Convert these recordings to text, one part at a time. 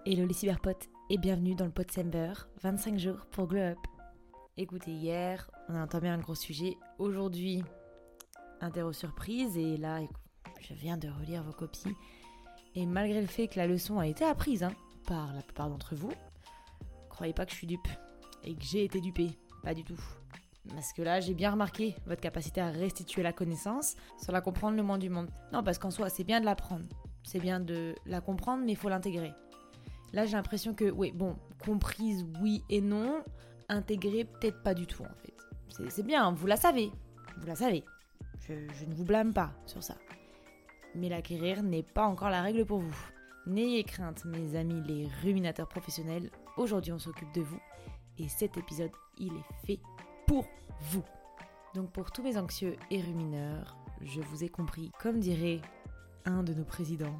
Hello les cyberpotes et bienvenue dans le Podsember, 25 jours pour Glow Up. Écoutez, hier, on a entamé un gros sujet. Aujourd'hui, interro surprise et là, je viens de relire vos copies. Et malgré le fait que la leçon a été apprise par la plupart d'entre vous, croyez pas que je suis dupe et que j'ai été dupée, pas du tout. Parce que là, j'ai bien remarqué votre capacité à restituer la connaissance sans la comprendre le moins du monde. Non, parce qu'en soi, c'est bien de l'apprendre, c'est bien de la comprendre, mais il faut l'intégrer. Là, j'ai l'impression que, comprise, oui et non, intégrée, peut-être pas du tout, en fait. C'est bien, vous la savez. Je ne vous blâme pas sur ça. Mais l'acquérir n'est pas encore la règle pour vous. N'ayez crainte, mes amis les ruminateurs professionnels. Aujourd'hui, on s'occupe de vous. Et cet épisode, il est fait pour vous. Donc, pour tous mes anxieux et rumineurs, je vous ai compris. Comme dirait un de nos présidents,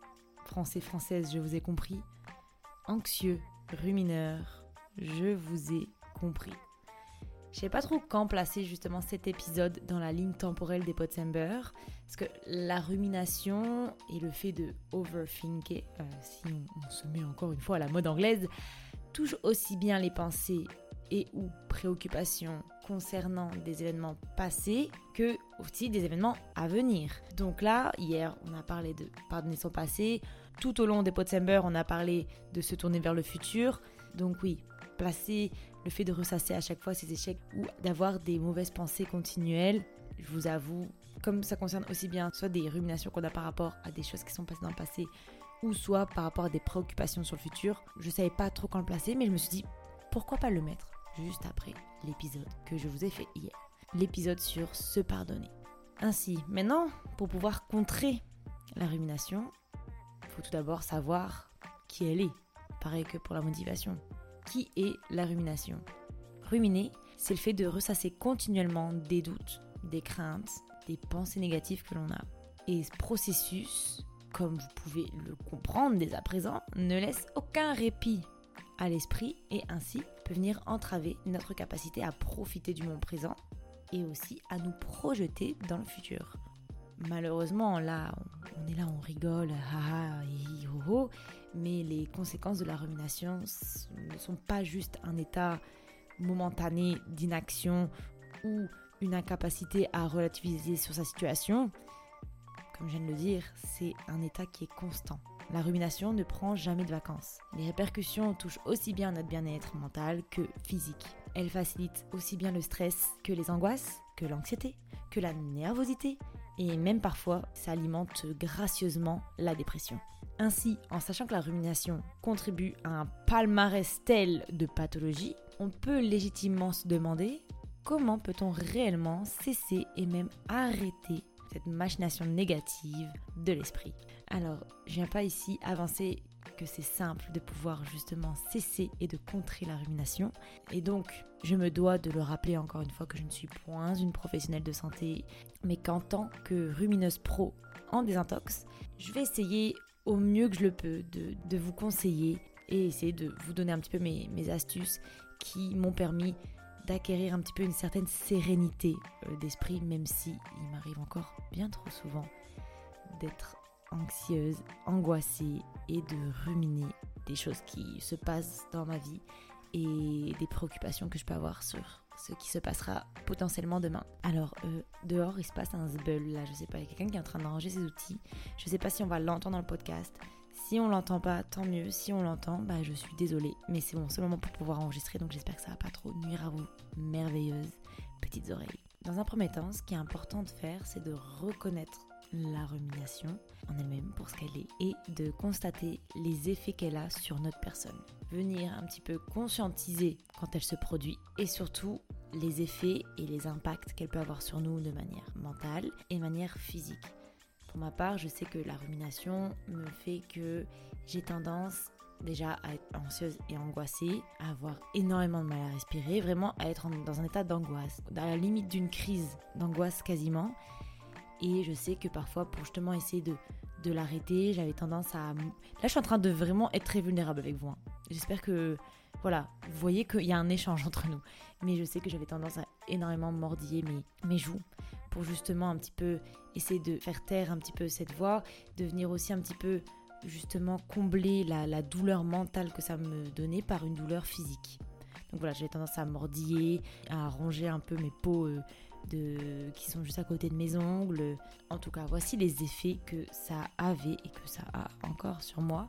française, je vous ai compris. Anxieux, rumineur, je vous ai compris. Je sais pas trop quand placer justement cet épisode dans la ligne temporelle des Podsember, parce que la rumination et le fait de overthinker, si on se met encore une fois à la mode anglaise, touche aussi bien les pensées et ou préoccupations concernant des événements passés que aussi des événements à venir. Donc là, hier, on a parlé de pardonner son passé. Tout au long des Podsember, on a parlé de se tourner vers le futur. Donc oui, placer le fait de ressasser à chaque fois ses échecs ou d'avoir des mauvaises pensées continuelles, je vous avoue, comme ça concerne aussi bien soit des ruminations qu'on a par rapport à des choses qui sont passées dans le passé ou soit par rapport à des préoccupations sur le futur, je savais pas trop quand le placer, mais je me suis dit, pourquoi pas le mettre juste après l'épisode que je vous ai fait hier, l'épisode sur se pardonner. Ainsi, maintenant, pour pouvoir contrer la rumination, il faut tout d'abord savoir qui elle est. Pareil que pour la motivation. Qui est la rumination ? Ruminer, c'est le fait de ressasser continuellement des doutes, des craintes, des pensées négatives que l'on a. Et ce processus, comme vous pouvez le comprendre dès à présent, ne laisse aucun répit à l'esprit et ainsi peut venir entraver notre capacité à profiter du moment présent et aussi à nous projeter dans le futur. Malheureusement, là, on est là, on rigole, haha, hi, ho, ho, mais les conséquences de la rumination ne sont pas juste un état momentané d'inaction ou une incapacité à relativiser sur sa situation. Comme je viens de le dire, c'est un état qui est constant. La rumination ne prend jamais de vacances. Les répercussions touchent aussi bien notre bien-être mental que physique. Elle facilite aussi bien le stress que les angoisses, que l'anxiété, que la nervosité, et même parfois, ça alimente gracieusement la dépression. Ainsi, en sachant que la rumination contribue à un palmarès tel de pathologies, on peut légitimement se demander comment peut-on réellement cesser et même arrêter cette machination négative de l'esprit. Alors, je viens pas ici avancer que c'est simple de pouvoir justement cesser et de contrer la rumination. Et donc, je me dois de le rappeler encore une fois que je ne suis point une professionnelle de santé, mais qu'en tant que rumineuse pro en désintox, je vais essayer au mieux que je le peux de vous conseiller et essayer de vous donner un petit peu mes astuces qui m'ont permis d'acquérir un petit peu une certaine sérénité d'esprit, même si il m'arrive encore bien trop souvent d'être anxieuse, angoissée et de ruminer des choses qui se passent dans ma vie et des préoccupations que je peux avoir sur ce qui se passera potentiellement demain. Alors, dehors, il se passe un zbeul, là, je sais pas, il y a quelqu'un qui est en train de ranger ses outils. Je sais pas si on va l'entendre dans le podcast. Si on l'entend pas, tant mieux. Si on l'entend, je suis désolée. Mais c'est bon, c'est le moment pour pouvoir enregistrer, donc j'espère que ça va pas trop nuire à vous, merveilleuses petites oreilles. Dans un premier temps, ce qui est important de faire, c'est de reconnaître la rumination en elle-même pour ce qu'elle est et de constater les effets qu'elle a sur notre personne. Venir un petit peu conscientiser quand elle se produit et surtout les effets et les impacts qu'elle peut avoir sur nous de manière mentale et de manière physique. Pour ma part, je sais que la rumination me fait que j'ai tendance déjà à être anxieuse et angoissée, à avoir énormément de mal à respirer, vraiment à être dans un état d'angoisse, à la limite d'une crise d'angoisse quasiment. Et je sais que parfois, pour justement essayer de l'arrêter, j'avais tendance à... Là, je suis en train de vraiment être très vulnérable avec vous. J'espère que, voilà, vous voyez qu'il y a un échange entre nous. Mais je sais que j'avais tendance à énormément mordiller mes joues pour justement un petit peu essayer de faire taire un petit peu cette voix, de venir aussi un petit peu justement combler la douleur mentale que ça me donnait par une douleur physique. Donc voilà, j'avais tendance à mordiller, à ronger un peu mes peaux qui sont juste à côté de mes ongles. En tout cas, voici les effets que ça avait et que ça a encore sur moi.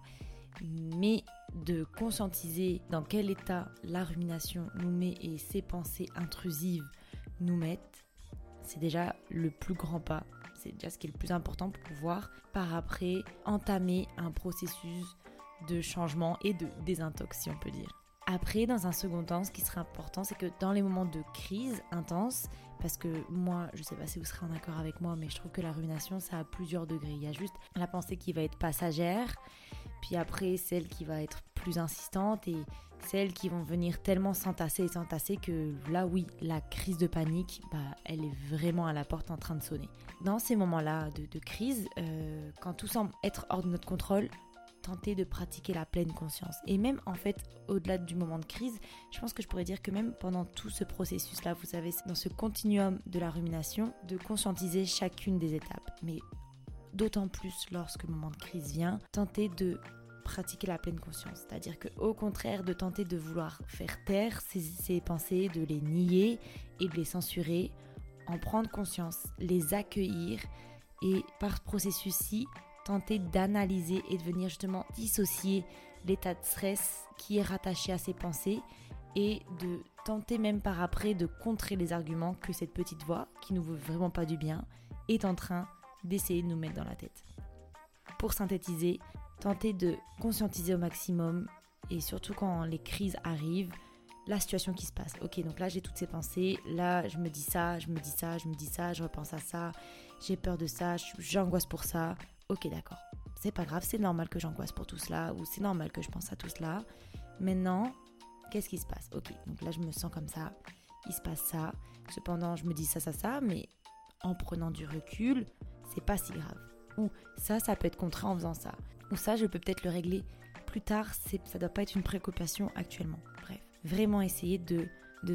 Mais de conscientiser dans quel état la rumination nous met et ces pensées intrusives nous mettent, c'est déjà le plus grand pas. C'est déjà ce qui est le plus important pour pouvoir, par après, entamer un processus de changement et de désintox, si on peut dire. Après, dans un second temps, ce qui serait important, c'est que dans les moments de crise intense, parce que moi, je sais pas si vous serez en accord avec moi, mais je trouve que la rumination, ça a plusieurs degrés. Il y a juste la pensée qui va être passagère, puis après, celle qui va être plus insistante et celles qui vont venir tellement s'entasser que là, oui, la crise de panique, elle est vraiment à la porte en train de sonner. Dans ces moments-là de crise, quand tout semble être hors de notre contrôle, tenter de pratiquer la pleine conscience. Et même en fait, au-delà du moment de crise, je pense que je pourrais dire que même pendant tout ce processus-là, vous savez, dans ce continuum de la rumination, de conscientiser chacune des étapes. Mais d'autant plus lorsque le moment de crise vient, tenter de pratiquer la pleine conscience. C'est-à-dire qu'au contraire de tenter de vouloir faire taire ces pensées, de les nier et de les censurer, en prendre conscience, les accueillir et par ce processus-ci, tenter d'analyser et de venir justement dissocier l'état de stress qui est rattaché à ces pensées et de tenter même par après de contrer les arguments que cette petite voix, qui nous veut vraiment pas du bien, est en train d'essayer de nous mettre dans la tête. Pour synthétiser, tenter de conscientiser au maximum et surtout quand les crises arrivent, la situation qui se passe. Ok, donc là j'ai toutes ces pensées, là je me dis ça, je repense à ça, j'ai peur de ça, j'angoisse pour ça. Ok, d'accord, c'est pas grave, c'est normal que j'angoisse pour tout cela ou c'est normal que je pense à tout cela. Maintenant, qu'est-ce qui se passe? Ok, donc là je me sens comme ça, il se passe ça. Cependant, je me dis ça, mais en prenant du recul, c'est pas si grave. Ou ça peut être contré en faisant ça. Ou ça, je peux peut-être le régler plus tard, ça doit pas être une préoccupation actuellement. Bref, vraiment essayer de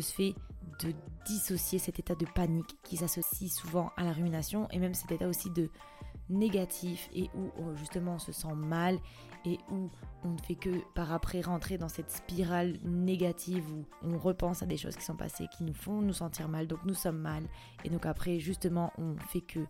dissocier cet état de panique qui s'associe souvent à la rumination et même cet état aussi de négatif et où justement on se sent mal et où on ne fait que par après rentrer dans cette spirale négative où on repense à des choses qui sont passées qui nous font nous sentir mal, donc nous sommes mal et donc après justement on fait que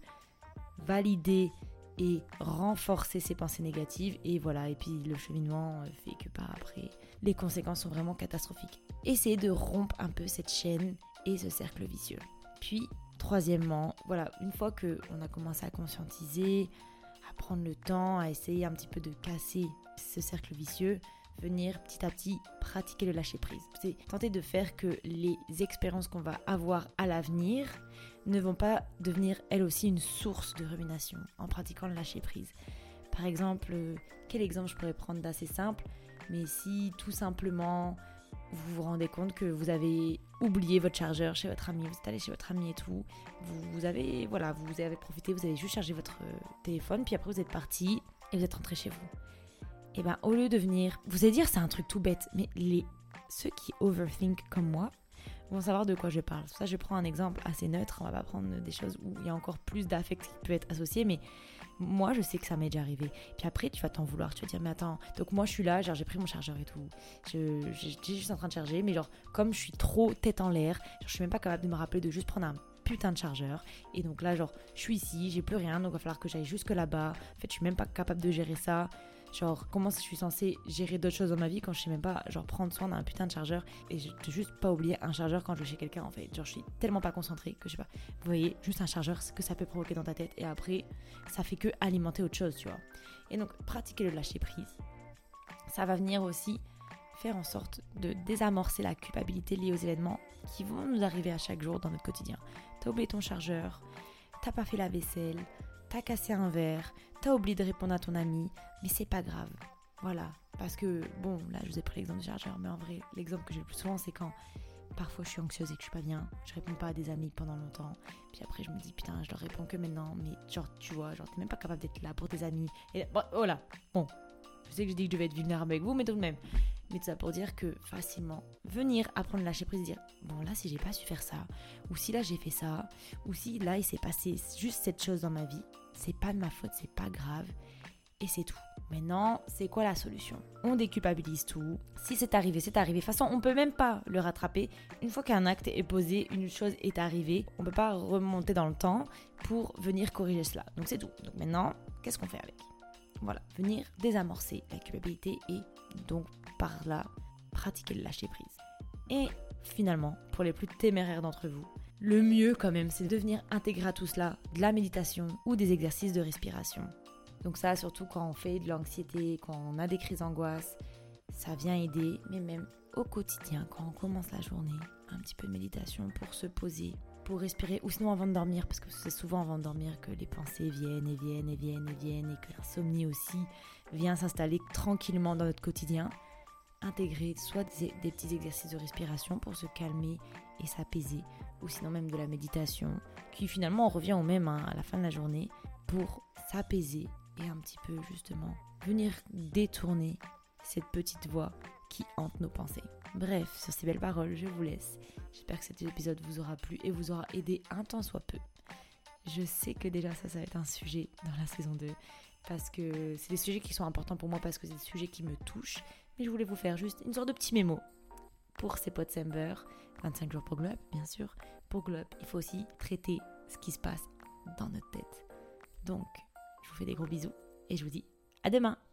valider et renforcer ces pensées négatives et voilà, et puis le cheminement fait que par après les conséquences sont vraiment catastrophiques. Essayez de rompre un peu cette chaîne et ce cercle vicieux. Puis troisièmement, voilà, une fois qu'on a commencé à conscientiser, à prendre le temps, à essayer un petit peu de casser ce cercle vicieux, venir petit à petit pratiquer le lâcher prise. C'est tenter de faire que les expériences qu'on va avoir à l'avenir ne vont pas devenir elles aussi une source de rumination en pratiquant le lâcher prise. Par exemple, quel exemple je pourrais prendre d'assez simple, mais si tout simplement vous vous rendez compte que vous avez oublié votre chargeur chez votre ami, vous êtes allé chez votre ami et tout, vous avez profité, vous avez juste chargé votre téléphone, puis après vous êtes parti et vous êtes rentré chez vous. Et bien au lieu de venir, vous allez dire c'est un truc tout bête, mais ceux qui overthink comme moi vont savoir de quoi je parle. Ça, je prends un exemple assez neutre, on va pas prendre des choses où il y a encore plus d'affect qui peut être associé, mais moi je sais que ça m'est déjà arrivé. Puis après tu vas t'en vouloir, tu vas dire mais attends, donc moi je suis là, genre j'ai pris mon chargeur et tout, j'étais juste en train de charger, mais genre comme je suis trop tête en l'air, genre, je suis même pas capable de me rappeler de juste prendre un putain de chargeur, et donc là genre je suis ici, j'ai plus rien, donc il va falloir que j'aille jusque là-bas, en fait je suis même pas capable de gérer ça. Genre, comment je suis censée gérer d'autres choses dans ma vie quand je sais même pas, genre, prendre soin d'un putain de chargeur et de juste pas oublier un chargeur quand je vais chez quelqu'un, en fait. Genre, je suis tellement pas concentrée que je sais pas. Vous voyez, juste un chargeur, ce que ça peut provoquer dans ta tête et après, ça fait que alimenter autre chose, tu vois. Et donc, pratiquer le lâcher prise, ça va venir aussi faire en sorte de désamorcer la culpabilité liée aux événements qui vont nous arriver à chaque jour dans notre quotidien. T'as oublié ton chargeur, t'as pas fait la vaisselle, t'as cassé un verre, t'as oublié de répondre à ton ami, mais c'est pas grave. Voilà, parce que, bon, là je vous ai pris l'exemple du chargeur, mais en vrai, l'exemple que j'ai le plus souvent, c'est quand parfois je suis anxieuse et que je suis pas bien, je réponds pas à des amis pendant longtemps, puis après je me dis, putain, je leur réponds que maintenant, mais genre, tu vois, genre, t'es même pas capable d'être là pour tes amis. Et bon, voilà, bon, je sais que je dis que je devais être vulnérable avec vous, mais tout de même. Mais tout ça pour dire que facilement, venir apprendre à lâcher prise et dire bon là si j'ai pas su faire ça, ou si là j'ai fait ça, ou si là il s'est passé juste cette chose dans ma vie, c'est pas de ma faute, c'est pas grave. et c'est tout. Maintenant, c'est quoi la solution? On déculpabilise tout. Si c'est arrivé, c'est arrivé. De toute façon, on ne peut même pas le rattraper. Une fois qu'un acte est posé, une chose est arrivée, on ne peut pas remonter dans le temps pour venir corriger cela. Donc c'est tout. Donc maintenant, qu'est-ce qu'on fait avec? Voilà, venir désamorcer la culpabilité et donc par là, pratiquer le lâcher-prise. Et finalement, pour les plus téméraires d'entre vous, le mieux quand même, c'est de venir intégrer à tout cela de la méditation ou des exercices de respiration. Donc ça, surtout quand on fait de l'anxiété, quand on a des crises d'angoisse, ça vient aider. Mais même au quotidien, quand on commence la journée, un petit peu de méditation pour se poser, pour respirer, ou sinon avant de dormir, parce que c'est souvent avant de dormir que les pensées viennent et viennent et viennent et viennent, et que l'insomnie aussi vient s'installer tranquillement dans notre quotidien. Intégrer soit des petits exercices de respiration pour se calmer et s'apaiser, ou sinon même de la méditation, qui finalement on revient au même à la fin de la journée, pour s'apaiser et un petit peu justement venir détourner cette petite voix qui hante nos pensées. Bref, sur ces belles paroles, je vous laisse. J'espère que cet épisode vous aura plu et vous aura aidé un tant soit peu. Je sais que déjà ça va être un sujet dans la saison 2, parce que c'est des sujets qui sont importants pour moi, parce que c'est des sujets qui me touchent. Mais je voulais vous faire juste une sorte de petit mémo pour ces Podsember, 25 jours pour Glow Up, bien sûr. Pour Glow Up, il faut aussi traiter ce qui se passe dans notre tête. Donc, je vous fais des gros bisous et je vous dis à demain.